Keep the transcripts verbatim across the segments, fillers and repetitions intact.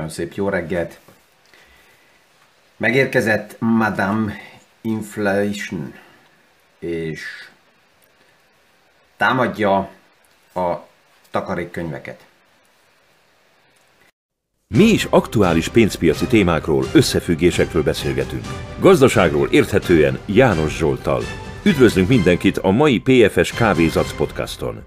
Nagyon szép jó reggelt. Megérkezett Madame Inflation, és támadja a takarékkönyveket. Mi is aktuális pénzpiaci témákról, összefüggésekről beszélgetünk. Gazdaságról érthetően János Zsolttal. Üdvözlünk mindenkit a mai pé ef es Kávézac podcaston.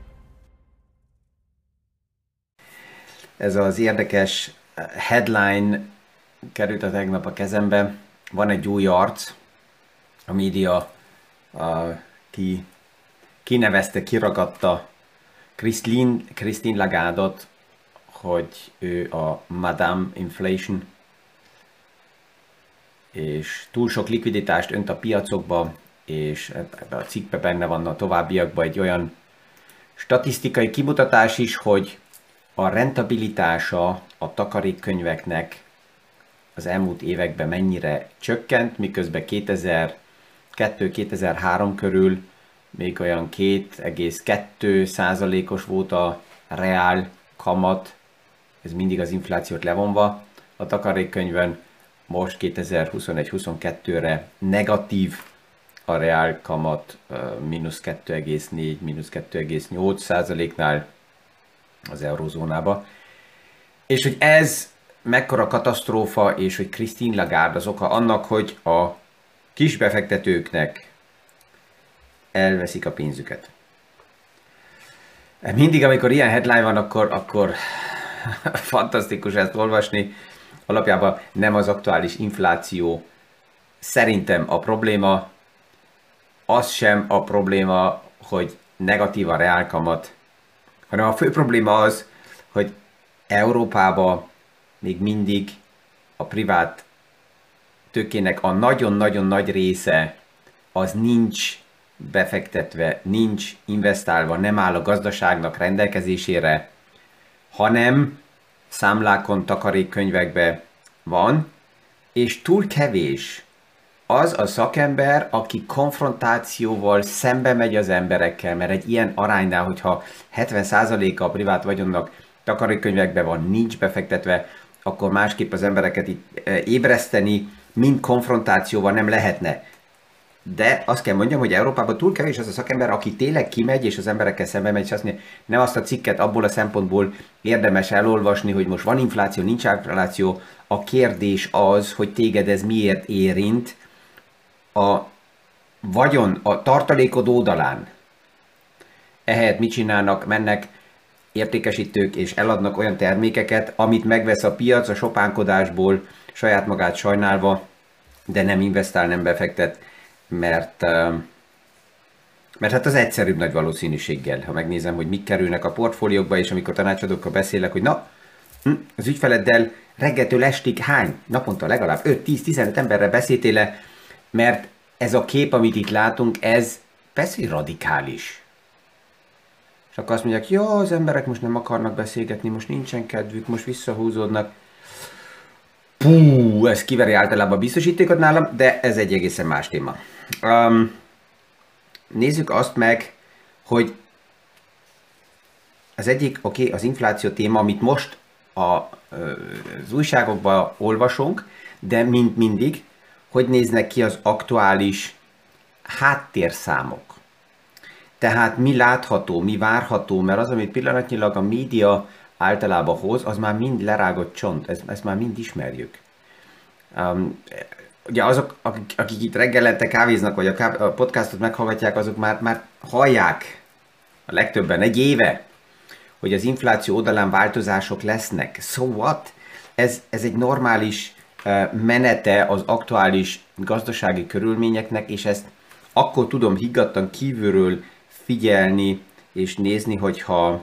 Ez az érdekes headline került a tegnap a kezembe. Van egy új arc, a média a, ki, kinevezte, kiragadta Christine, Christine Lagarde-ot, hogy ő a Madame Inflation, és túl sok likviditást önt a piacokba, és ebben a cikkben benne van a továbbiakban egy olyan statisztikai kimutatás is, hogy a rentabilitása a takarékkönyveknek az elmúlt években mennyire csökkent, miközben kétezer-kettő-kétezer-három körül még olyan két egész kettő százalékos volt a reál kamat, ez mindig az inflációt levonva a takarékkönyvön, most kétezer-huszonegy-huszonkettőre negatív a reál kamat, mínusz kettő egész négy, mínusz kettő egész nyolc százaléknál az eurozónába. És hogy ez mekkora katasztrófa, és hogy Christine Lagarde az oka annak, hogy a kisbefektetőknek elveszik a pénzüket. Mindig, amikor ilyen headline van, akkor, akkor fantasztikus ezt olvasni. Alapjában nem az aktuális infláció szerintem a probléma, az sem a probléma, hogy negatív a reálkamat, hanem a fő probléma az, hogy Európában még mindig a privát tőkének a nagyon-nagyon nagy része az nincs befektetve, nincs investálva, nem áll a gazdaságnak rendelkezésére, hanem számlákon, takarékkönyvekben van, és túl kevés az a szakember, aki konfrontációval szembe megy az emberekkel, mert egy ilyen aránynál, hogyha hetven százaléka a privát vagyonnak takarékkönyvekben van, nincs befektetve, akkor másképp az embereket itt ébreszteni, mint konfrontációval nem lehetne. De azt kell mondjam, hogy Európában túl kevés az a szakember, aki tényleg kimegy, és az emberekkel szembe megy, és azt mondja, nem azt a cikket abból a szempontból érdemes elolvasni, hogy most van infláció, nincs infláció. A kérdés az, hogy téged ez miért érint a vagyon, a tartalékod oldalán. Ehelyett mit csinálnak? Mennek értékesítők és eladnak olyan termékeket, amit megvesz a piac a sopánkodásból, saját magát sajnálva, de nem investál, nem befektet, mert, mert hát az egyszerűbb nagy valószínűséggel, ha megnézem, hogy mik kerülnek a portfóliókba, és amikor tanácsadókkal beszélek, hogy na, az ügyfeleddel reggeltől estig hány, naponta legalább öt-tíz-tizenöt emberrel beszéltél, mert ez a kép, amit itt látunk, ez persze radikális. És akkor azt mondják, ja, az emberek most nem akarnak beszélgetni, most nincsen kedvük, most visszahúzódnak. Pú, ez kiveri általában a biztosítékot nálam, de ez egy egészen más téma. Um, nézzük azt meg, hogy az egyik, oké, okay, az infláció téma, amit most a, az újságokban olvasunk, de mint mindig, hogy néznek ki az aktuális háttérszámok. Tehát mi látható, mi várható, mert az, amit pillanatnyilag a média általában hoz, az már mind lerágott csont, ezt, ezt már mind ismerjük. Um, ugye azok, akik, akik itt reggelente kávéznak, vagy a, ká- a podcastot meghallgatják, azok már, már hallják, a legtöbben egy éve, hogy az infláció oldalán változások lesznek. So what? Ez, ez egy normális uh, menete az aktuális gazdasági körülményeknek, és ezt akkor tudom higgadtan kívülről figyelni és nézni, hogyha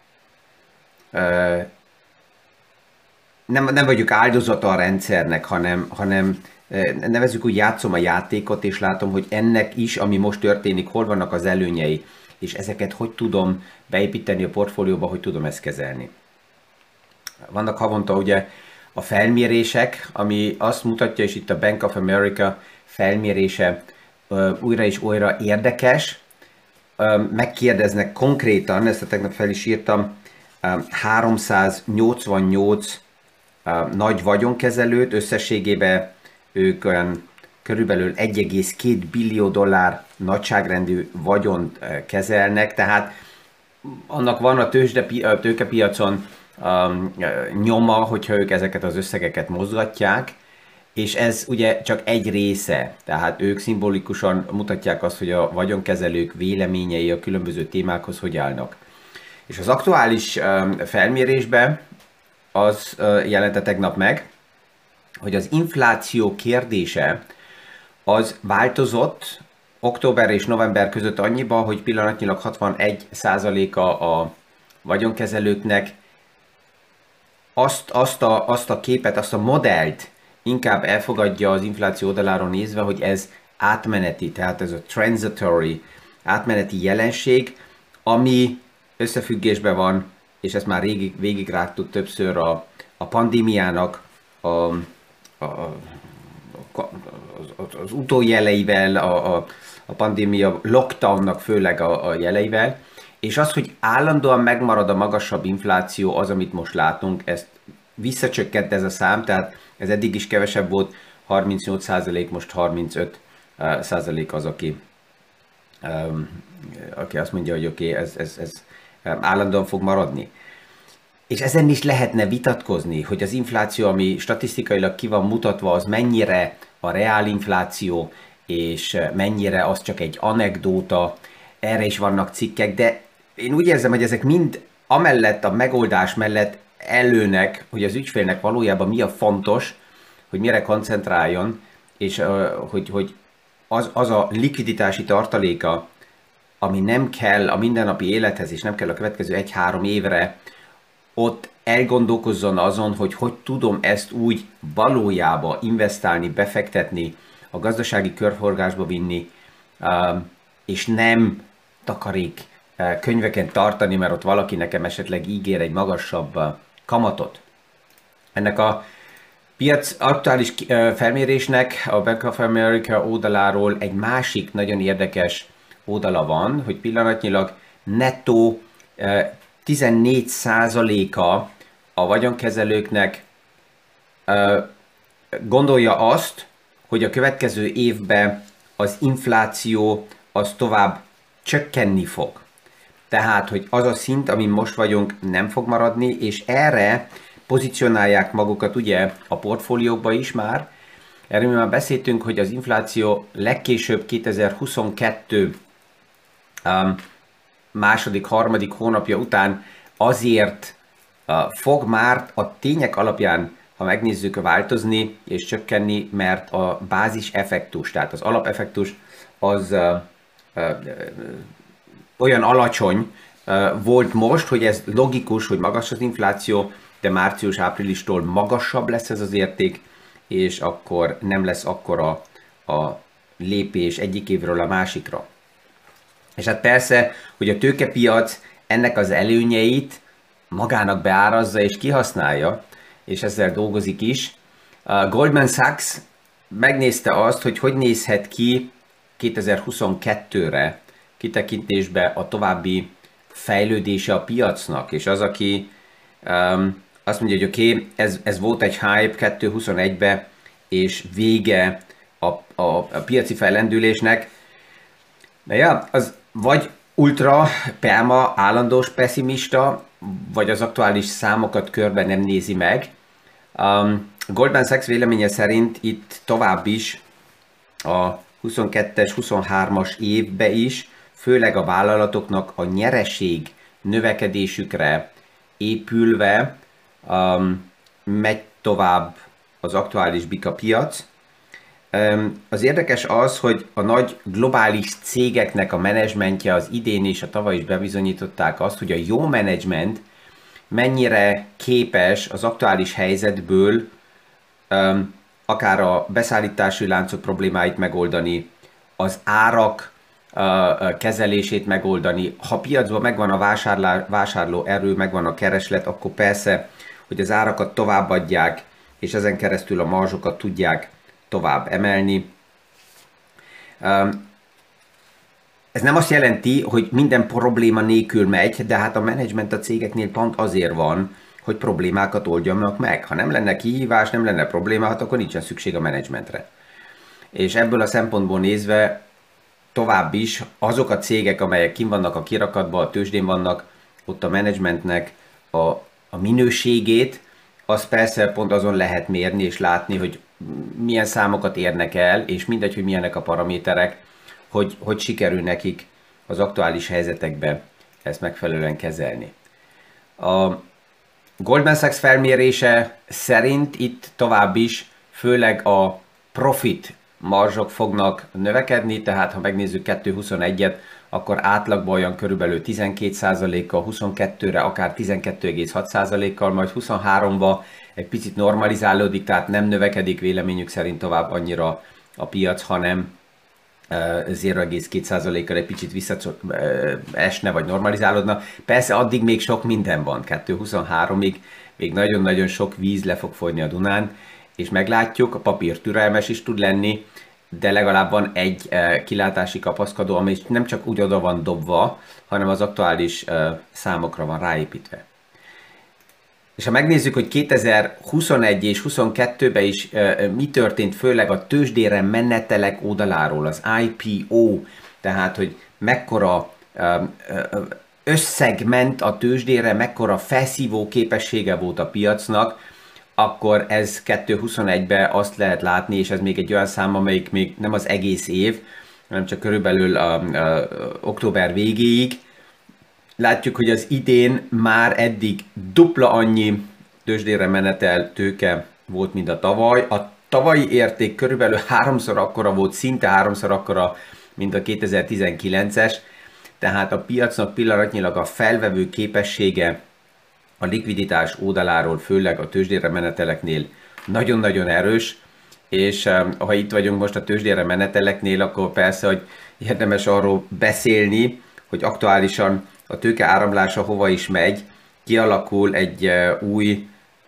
uh, nem, nem vagyok áldozata a rendszernek, hanem, hanem uh, nevezzük úgy, játszom a játékot, és látom, hogy ennek is, ami most történik, hol vannak az előnyei, és ezeket hogy tudom beépíteni a portfólióba, hogy tudom ezt kezelni. Vannak havonta ugye a felmérések, ami azt mutatja, és itt a Bank of America felmérése uh, újra és újra érdekes, megkérdeznek konkrétan, ezt a tegnap fel is írtam, háromszáznyolcvannyolc nagy vagyonkezelőt, összességében ők olyan körülbelül egy egész két billió dollár nagyságrendű vagyont kezelnek, tehát annak van a, tőzsde, a tőkepiacon um, nyoma, hogyha ők ezeket az összegeket mozgatják, és ez ugye csak egy része, tehát ők szimbolikusan mutatják azt, hogy a vagyonkezelők véleményei a különböző témákhoz hogy állnak. És az aktuális um, felmérésben az uh, jelente tegnap meg, hogy az infláció kérdése az változott október és november között annyiba, hogy pillanatnyilag hatvanegy százaléka a vagyonkezelőknek azt, azt, a, azt a képet, azt a modellt inkább elfogadja az infláció oldaláról nézve, hogy ez átmeneti, tehát ez a transitory, átmeneti jelenség, ami összefüggésben van, és ezt már végig, végigrágtuk többször a, a pandémiának, a, a, a, az, az utójeleivel, a, a, a pandémia lockdownnak főleg a, a jeleivel, és az, hogy állandóan megmarad a magasabb infláció, az, amit most látunk, ezt visszacsökkent ez a szám, tehát ez eddig is kevesebb volt, harmincnyolc százalék, most harmincöt százalék az, aki, um, aki azt mondja, hogy oké, okay, ez, ez, ez állandóan fog maradni. És ezen is lehetne vitatkozni, hogy az infláció, ami statisztikailag ki van mutatva, az mennyire a reál infláció, és mennyire az csak egy anekdóta, erre is vannak cikkek, de én úgy érzem, hogy ezek mind amellett, a megoldás mellett előnek, hogy az ügyfélnek valójában mi a fontos, hogy mire koncentráljon, és uh, hogy, hogy az, az a likviditási tartaléka, ami nem kell a mindennapi élethez, és nem kell a következő egy-három évre, ott elgondolkozzon azon, hogy hogy tudom ezt úgy valójában investálni, befektetni, a gazdasági körforgásba vinni, és nem takarék könyveken tartani, mert ott valaki nekem esetleg ígér egy magasabb kamatot. Ennek a piac aktuális felmérésnek a Bank of America oldaláról egy másik nagyon érdekes oldala van, hogy pillanatnyilag nettó tizennégy százaléka a vagyonkezelőknek gondolja azt, hogy a következő évben az infláció az tovább csökkenni fog. Tehát, hogy az a szint, amin most vagyunk, nem fog maradni, és erre pozícionálják magukat ugye a portfóliókba is már. Erről mi már beszéltünk, hogy az infláció legkésőbb kétezer-huszonkettő um, második, harmadik hónapja után azért uh, fog már a tények alapján, ha megnézzük, változni és csökkenni, mert a bázis effektus, tehát az alapeffektus az uh, uh, olyan alacsony uh, volt most, hogy ez logikus, hogy magas az infláció, de március-áprilistól magasabb lesz ez az érték, és akkor nem lesz akkora a lépés egyik évről a másikra. És hát persze, hogy a tőkepiac ennek az előnyeit magának beárazza és kihasználja, és ezzel dolgozik is. A Goldman Sachs megnézte azt, hogy hogy nézhet ki kétezer-huszonkettőre kitekintésbe a további fejlődése a piacnak, és az, aki um, azt mondja, hogy oké, okay, ez, ez volt egy hype kétezer-huszonegyben, és vége a, a, a piaci fellendülésnek. De ja, az vagy ultra, perma, állandós pessimista, vagy az aktuális számokat körben nem nézi meg. Um, Goldman Sachs véleménye szerint itt tovább is a huszonkettes, huszonhármas évbe is, főleg a vállalatoknak a nyereség növekedésükre épülve um, megy tovább az aktuális bika piac. Um, az érdekes az, hogy a nagy globális cégeknek a menedzsmentje az idén és a tavaly is bebizonyították azt, hogy a jó menedzsment mennyire képes az aktuális helyzetből um, akár a beszállítási láncok problémáit megoldani, az árak uh, kezelését megoldani. Ha piacban megvan a vásárlá, vásárló erő, megvan a kereslet, akkor persze, hogy az árakat továbbadják, és ezen keresztül a marzsokat tudják tovább emelni. Um, ez nem azt jelenti, hogy minden probléma nélkül megy, de hát a menedzsment a cégeknél pont azért van, hogy problémákat oldjanak meg. Ha nem lenne kihívás, nem lenne probléma, hát akkor nincsen szükség a menedzsmentre. És ebből a szempontból nézve tovább is azok a cégek, amelyek kim vannak a kirakatban, a tőzsdén vannak, ott a menedzsmentnek a, a minőségét, az persze pont azon lehet mérni és látni, hogy milyen számokat érnek el, és mindegy, hogy milyenek a paraméterek, hogy, hogy sikerül nekik az aktuális helyzetekben ezt megfelelően kezelni. A Goldman Sachs felmérése szerint itt tovább is főleg a profit marzsok fognak növekedni, tehát ha megnézzük kétezer-huszonegyet, akkor átlagban olyan körülbelül tizenkét százalékkal, huszonkettőre akár tizenkettő egész hat százalékkal, majd huszonháromba egy picit normalizálódik, tehát nem növekedik véleményük szerint tovább annyira a piac, hanem nulla egész két százalékkal egy picit visszaesne vagy normalizálódna. Persze addig még sok minden van, kétezer-huszonháromig még nagyon-nagyon sok víz le fog folyni a Dunán, és meglátjuk, a papír türelmes is tud lenni, de legalább van egy kilátási kapaszkodó, ami nem csak úgy oda van dobva, hanem az aktuális számokra van ráépítve. És ha megnézzük, hogy kétezer-huszonegy és huszonkettőben is mi történt, főleg a tőzsdére menetelek oldaláról, az I P O, tehát hogy mekkora összeg ment a tőzsdére, mekkora felszívó képessége volt a piacnak, akkor ez kétezer-huszonegyben azt lehet látni, és ez még egy olyan szám, amelyik még nem az egész év, hanem csak körülbelül a, a, a, október végéig. Látjuk, hogy az idén már eddig dupla annyi tőzsdére menetel tőke volt, mint a tavaly. A tavalyi érték körülbelül háromszor akkora volt, szinte háromszor akkora, mint a kétezer-tizenkilences, tehát a piacnak pillanatnyilag a felvevő képessége a likviditás oldaláról, főleg a tőzsdére meneteleknél nagyon-nagyon erős, és ha itt vagyunk most a tőzsdére meneteleknél, akkor persze, hogy érdemes arról beszélni, hogy aktuálisan a tőke áramlása hova is megy, kialakul egy uh, új,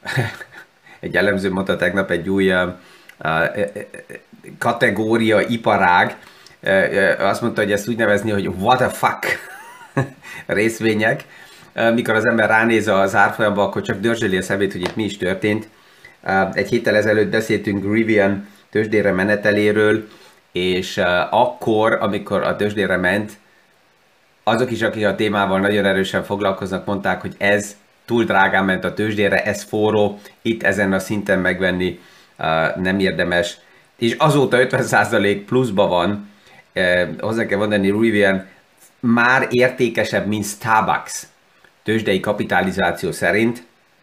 egy elemző mondta tegnap, egy új uh, uh, kategória, iparág, uh, uh, azt mondta, hogy ezt úgy nevezni, hogy what the fuck részvények, uh, mikor az ember ránéz az árfolyamba, akkor csak dörzsöli a szemét, hogy itt mi is történt. Uh, egy héttel ezelőtt beszéltünk Rivian tőzsdére meneteléről, és uh, akkor, amikor a tőzsdére ment, azok is, akik a témával nagyon erősen foglalkoznak, mondták, hogy ez túl drágán ment a tőzsdére, ez forró, itt ezen a szinten megvenni uh, nem érdemes. És azóta ötven százalék pluszba van, uh, hozzá kell mondani, Rivian már értékesebb, mint Starbucks tőzsdei kapitalizáció szerint.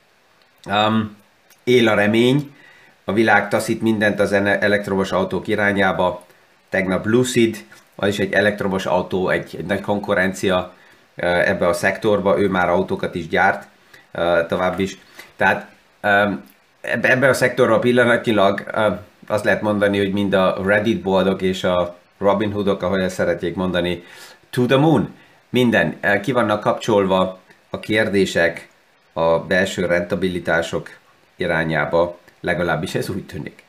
Um, él a remény, a világ taszít mindent az elektromos autók irányába, tegnap Lucid, az is egy elektromos autó, egy, egy nagy konkurencia ebbe a szektorba, ő már autókat is gyárt tovább is. Tehát ebbe a szektorra pillanatnyilag azt lehet mondani, hogy mind a Reddit boldog és a Robinhoodok, ahogy ezt szeretjék mondani, to the moon. Minden, ki vannak kapcsolva a kérdések a belső rentabilitások irányába, legalábbis ez úgy tűnik.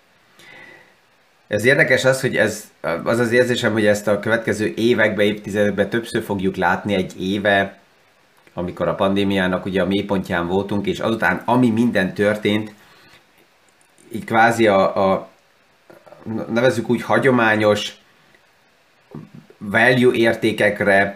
Ez érdekes az, hogy ez, az az érzésem, hogy ezt a következő években, évtizedekben többször fogjuk látni, egy éve, amikor a pandémiának ugye a mélypontján voltunk, és azután ami minden történt, így kvázi a, a nevezzük úgy hagyományos value értékekre,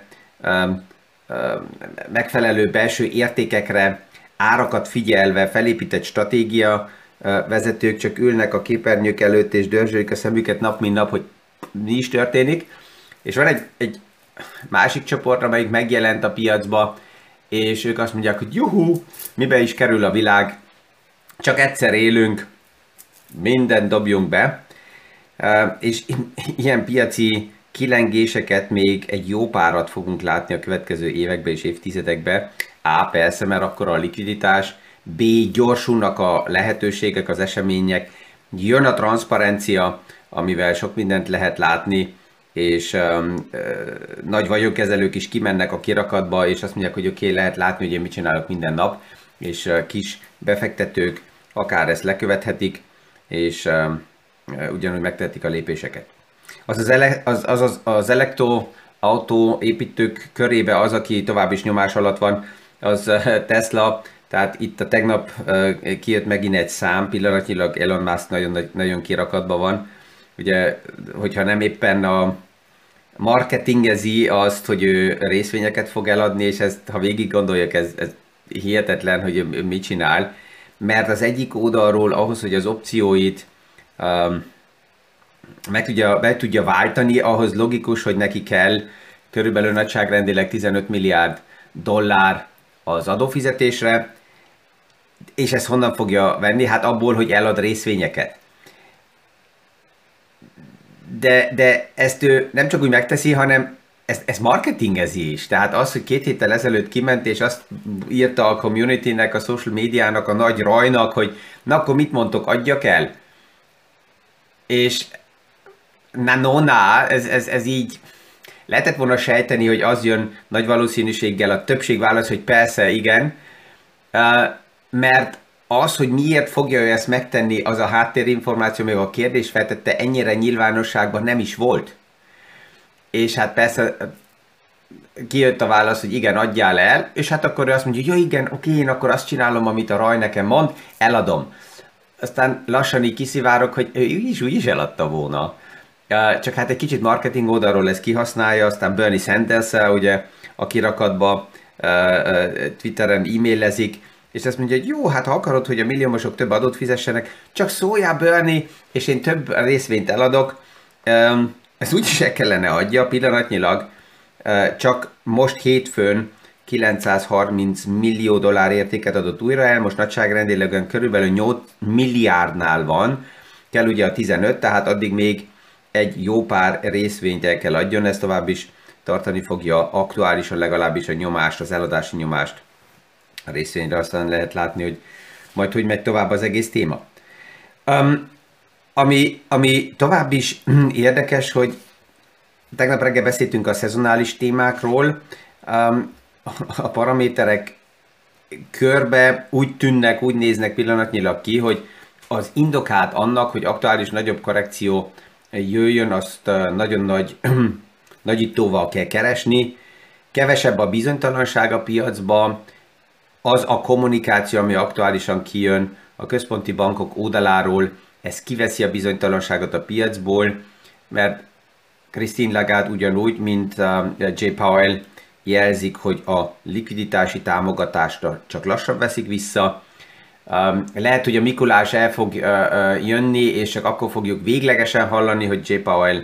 megfelelő belső értékekre, árakat figyelve felépített stratégia, vezetők csak ülnek a képernyők előtt és dörzsölik a szemüket nap mint nap, hogy mi is történik. És van egy, egy másik csoport, amelyik megjelent a piacba, és ők azt mondják, hogy juhú, mibe is kerül a világ, csak egyszer élünk, mindent dobjunk be. És ilyen piaci kilengéseket még egy jó párat fogunk látni a következő években és évtizedekben. A, persze, mert akkor a likviditás, B, gyorsulnak a lehetőségek, az események, jön a transzparencia, amivel sok mindent lehet látni, és um, uh, nagy vagyonkezelők is kimennek a kirakatba, és azt mondják, hogy oké, okay, lehet látni, hogy én mit csinálok minden nap, és uh, kis befektetők akár ezt lekövethetik, és um, uh, ugyanúgy megtehetik a lépéseket. Az az, ele- az, az, az, az elektroautó építők körébe az, aki tovább is nyomás alatt van, az Tesla Tehát itt a tegnap kijött megint egy szám, pillanatnyilag Elon Musk nagyon, nagyon kirakatban van. Ugye, hogyha nem éppen a marketingezi azt, hogy ő részvényeket fog eladni, és ezt, ha végig gondoljuk, ez, ez hihetetlen, hogy ő mit csinál. Mert az egyik oldalról ahhoz, hogy az opcióit um, meg, tudja, meg tudja váltani, ahhoz logikus, hogy neki kell körülbelül nagyságrendileg tizenöt milliárd dollár az adófizetésre, és ezt honnan fogja venni? Hát abból, hogy elad részvényeket. De, de ezt ő nem csak úgy megteszi, hanem ezt, ezt marketingezi is. Tehát az, hogy két héttel ezelőtt kiment, és azt írta a communitynek, a social médiának, a nagy rajnak, hogy na akkor mit mondtok, adjak el? És na no, na, ez, ez, ez így lehetett volna sejteni, hogy az jön nagy valószínűséggel, a többség válasz, hogy persze, igen, mert az, hogy miért fogja ő ezt megtenni, az a háttérinformáció, még a kérdés feltette, ennyire nyilvánosságban nem is volt. És hát persze kijött a válasz, hogy igen, adjál el, és hát akkor ő azt mondja, hogy jó, igen, oké, én akkor azt csinálom, amit a Raj nekem mond, eladom. Aztán lassan így kiszivárok, hogy ő is úgy is eladta volna. Csak hát egy kicsit marketing oldalról ezt kihasználja, aztán Bernie sanders ugye a kirakatba Twitteren e-mailezik, és azt mondja, hogy jó, hát ha akarod, hogy a milliómosok több adót fizessenek, csak szóljál Bernie, és én több részvényt eladok. Ezt úgyis el kellene adja pillanatnyilag, csak most hétfőn kilencszázharminc millió dollár értéket adott újra el, most nagyságrendileg körülbelül nyolc milliárdnál van, kell ugye a tizenöt, tehát addig még egy jó pár részvényt el kell adjon, ez tovább is tartani fogja aktuálisan legalábbis a nyomást, az eladási nyomást a részvényre, aztán lehet látni, hogy majd hogy megy tovább az egész téma. Um, ami, ami tovább is érdekes, hogy tegnap reggel beszéltünk a szezonális témákról, um, a paraméterek körbe úgy tűnnek, úgy néznek pillanatnyilag ki, hogy az indokát annak, hogy aktuális nagyobb korrekció jöjjön, azt nagyon nagy nagyítóval kell keresni. Kevesebb a bizonytalanság a piacban, az a kommunikáció, ami aktuálisan kijön a központi bankok oldaláról, ez kiveszi a bizonytalanságot a piacból, mert Christine Lagarde ugyanúgy, mint Jay Powell jelzik, hogy a likviditási támogatást csak lassan veszik vissza. Lehet, hogy a Mikulás el fog jönni, és csak akkor fogjuk véglegesen hallani, hogy Jay Powell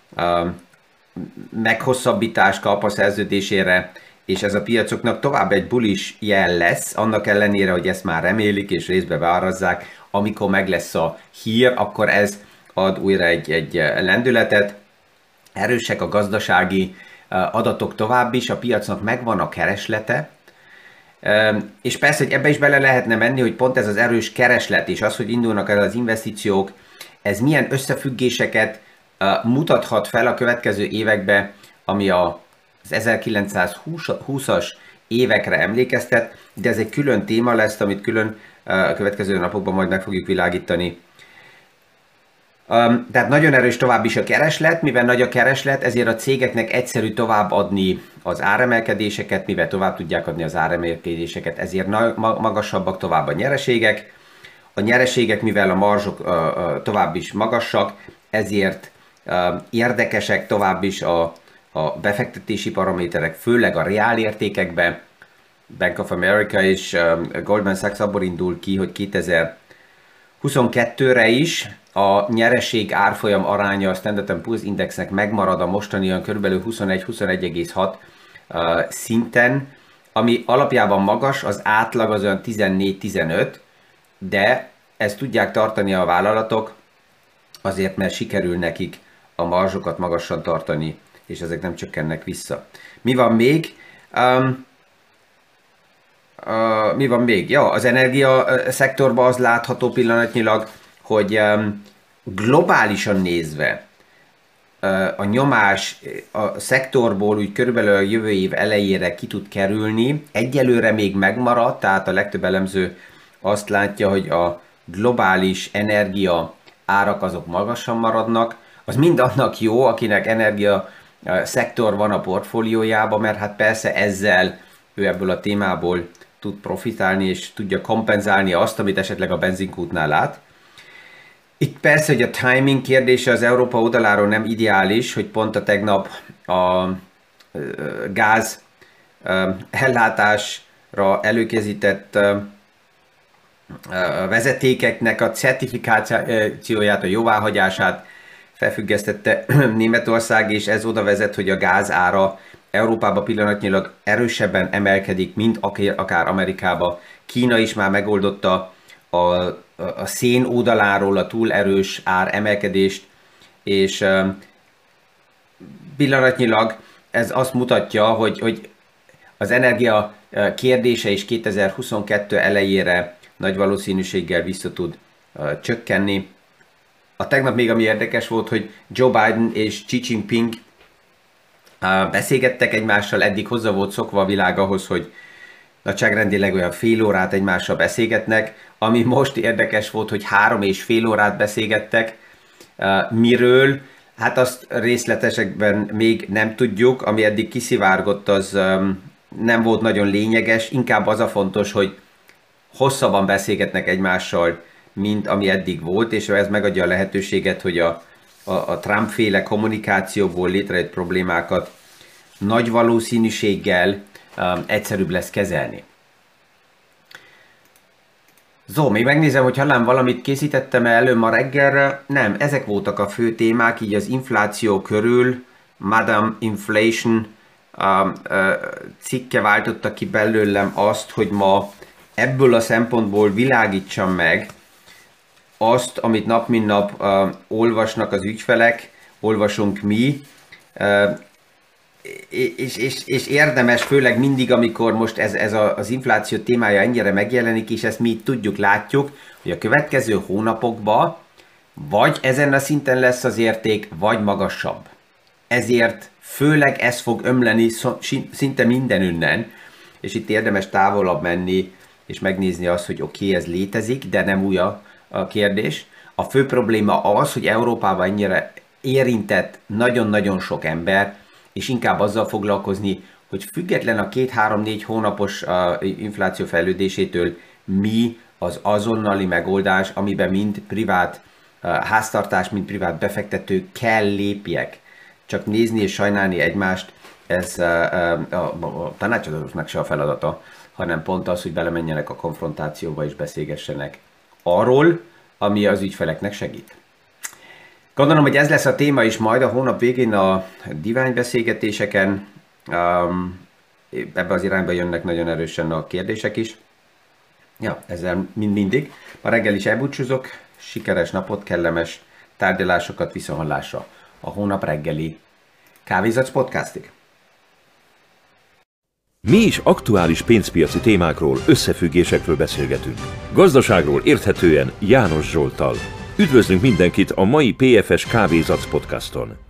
meghosszabbítást kap a szerződésére, és ez a piacoknak tovább egy bullish jel lesz, annak ellenére, hogy ezt már remélik és részbe várazzák, amikor meg lesz a hír, akkor ez ad újra egy, egy lendületet. Erősek a gazdasági adatok tovább is, a piacnak megvan a kereslete, és persze, hogy ebbe is bele lehetne menni, hogy pont ez az erős kereslet és az, hogy indulnak el az investíciók, ez milyen összefüggéseket mutathat fel a következő években, ami az ezerkilencszázhúszas évekre emlékeztet, de ez egy külön téma lesz, amit külön a következő napokban majd meg fogjuk világítani. Um, tehát nagyon erős tovább is a kereslet, mivel nagy a kereslet, ezért a cégeknek egyszerű tovább adni az áremelkedéseket, mivel tovább tudják adni az áremelkedéseket, ezért magasabbak tovább a nyereségek. A nyereségek, mivel a marzsok uh, uh, tovább is magasak, ezért uh, érdekesek tovább is a, a befektetési paraméterek, főleg a reálértékekben. Bank of America és um, Goldman Sachs abból indul ki, hogy kétezer-huszonkettőre is a nyereség árfolyam aránya a Standard and Poor's Indexnek megmarad a mostanian kb. huszonegy-huszonegy egész hat uh, szinten, ami alapjában magas, az átlag az olyan tizennégy-tizenöt, de ezt tudják tartani a vállalatok azért, mert sikerül nekik a marzsokat magasan tartani, és ezek nem csökkennek vissza. Mi van még? Um, uh, mi van még? Ja, az energia szektorban az látható pillanatnyilag, hogy um, globálisan nézve uh, a nyomás a szektorból úgy körülbelül a jövő év elejére ki tud kerülni. Egyelőre még megmarad, tehát a legtöbb elemző azt látja, hogy a globális energia árak azok magasan maradnak. Az mind annak jó, akinek energia uh, szektor van a portfóliójában, mert hát persze ezzel ő ebből a témából tud profitálni, és tudja kompenzálni azt, amit esetleg a benzinkútnál lát. Itt persze, hogy a timing kérdése az Európa oldaláról nem ideális, hogy pont a tegnap a gáz ellátásra előkészített vezetékeknek a certifikációját, a jóváhagyását felfüggesztette Németország, és ez oda vezet, hogy a gáz ára Európában pillanatnyilag erősebben emelkedik, mint akár Amerikában. Kína is már megoldotta a, a szén oldaláról a túl erős ár emelkedést, és pillanatnyilag ez azt mutatja, hogy, hogy az energia kérdése is kétezer-huszonkettő elejére nagy valószínűséggel vissza tud uh, csökkenni. A tegnap még ami érdekes volt, hogy Joe Biden és Xi Jinping uh, beszélgettek egymással, eddig hozzá volt szokva a világ ahhoz, hogy nagyságrendileg olyan fél órát egymással beszélgetnek, ami most érdekes volt, hogy három és fél órát beszélgettek. Uh, miről? Hát azt részletesekben még nem tudjuk, ami eddig kiszivárgott, az um, nem volt nagyon lényeges, inkább az a fontos, hogy hosszabban beszélgetnek egymással, mint ami eddig volt, és ez megadja a lehetőséget, hogy a, a, a Trump-féle kommunikációból létrejött problémákat nagy valószínűséggel um, egyszerűbb lesz kezelni. Zó, még megnézem, hogy hallám valamit készítettem elő ma reggelre. Nem, ezek voltak a fő témák, így az infláció körül, Madame Inflation um, uh, cikke váltotta ki belőlem azt, hogy ma ebből a szempontból világítsam meg azt, amit nap mint nap uh, olvasnak az ügyfelek, olvasunk mi, uh, és, és, és érdemes, főleg mindig, amikor most ez, ez a, az infláció témája ennyire megjelenik, és ezt mi tudjuk, látjuk, hogy a következő hónapokban vagy ezen a szinten lesz az érték, vagy magasabb. Ezért főleg ez fog ömleni szinte mindenünnen, és itt érdemes távolabb menni, és megnézni azt, hogy oké, okay, ez létezik, de nem új a, a kérdés. A fő probléma az, hogy Európában ennyire érintett nagyon-nagyon sok ember, és inkább azzal foglalkozni, hogy független a két-három-négy hónapos uh, infláció fejlődésétől mi az azonnali megoldás, amiben mind privát uh, háztartás, mind privát befektető kell lépjek. Csak nézni és sajnálni egymást, ez uh, uh, a, a tanácsadóknak se a feladata, hanem pont az, hogy belemenjenek a konfrontációba és beszélgessenek arról, ami az ügyfeleknek segít. Gondolom, hogy ez lesz a téma is majd a hónap végén a diványbeszélgetéseken. Um, ebbe az irányba jönnek nagyon erősen a kérdések is. Ja, ezzel mind mindig. Ma reggel is elbúcsúzok. Sikeres napot, kellemes tárgyalásokat, viszonthallásra a hónap reggeli Kávézac podcastig. Mi is aktuális pénzpiaci témákról, összefüggésekről beszélgetünk. Gazdaságról érthetően János Zsolttal. Üdvözlünk mindenkit a mai pé ef es Kávézac podcaston!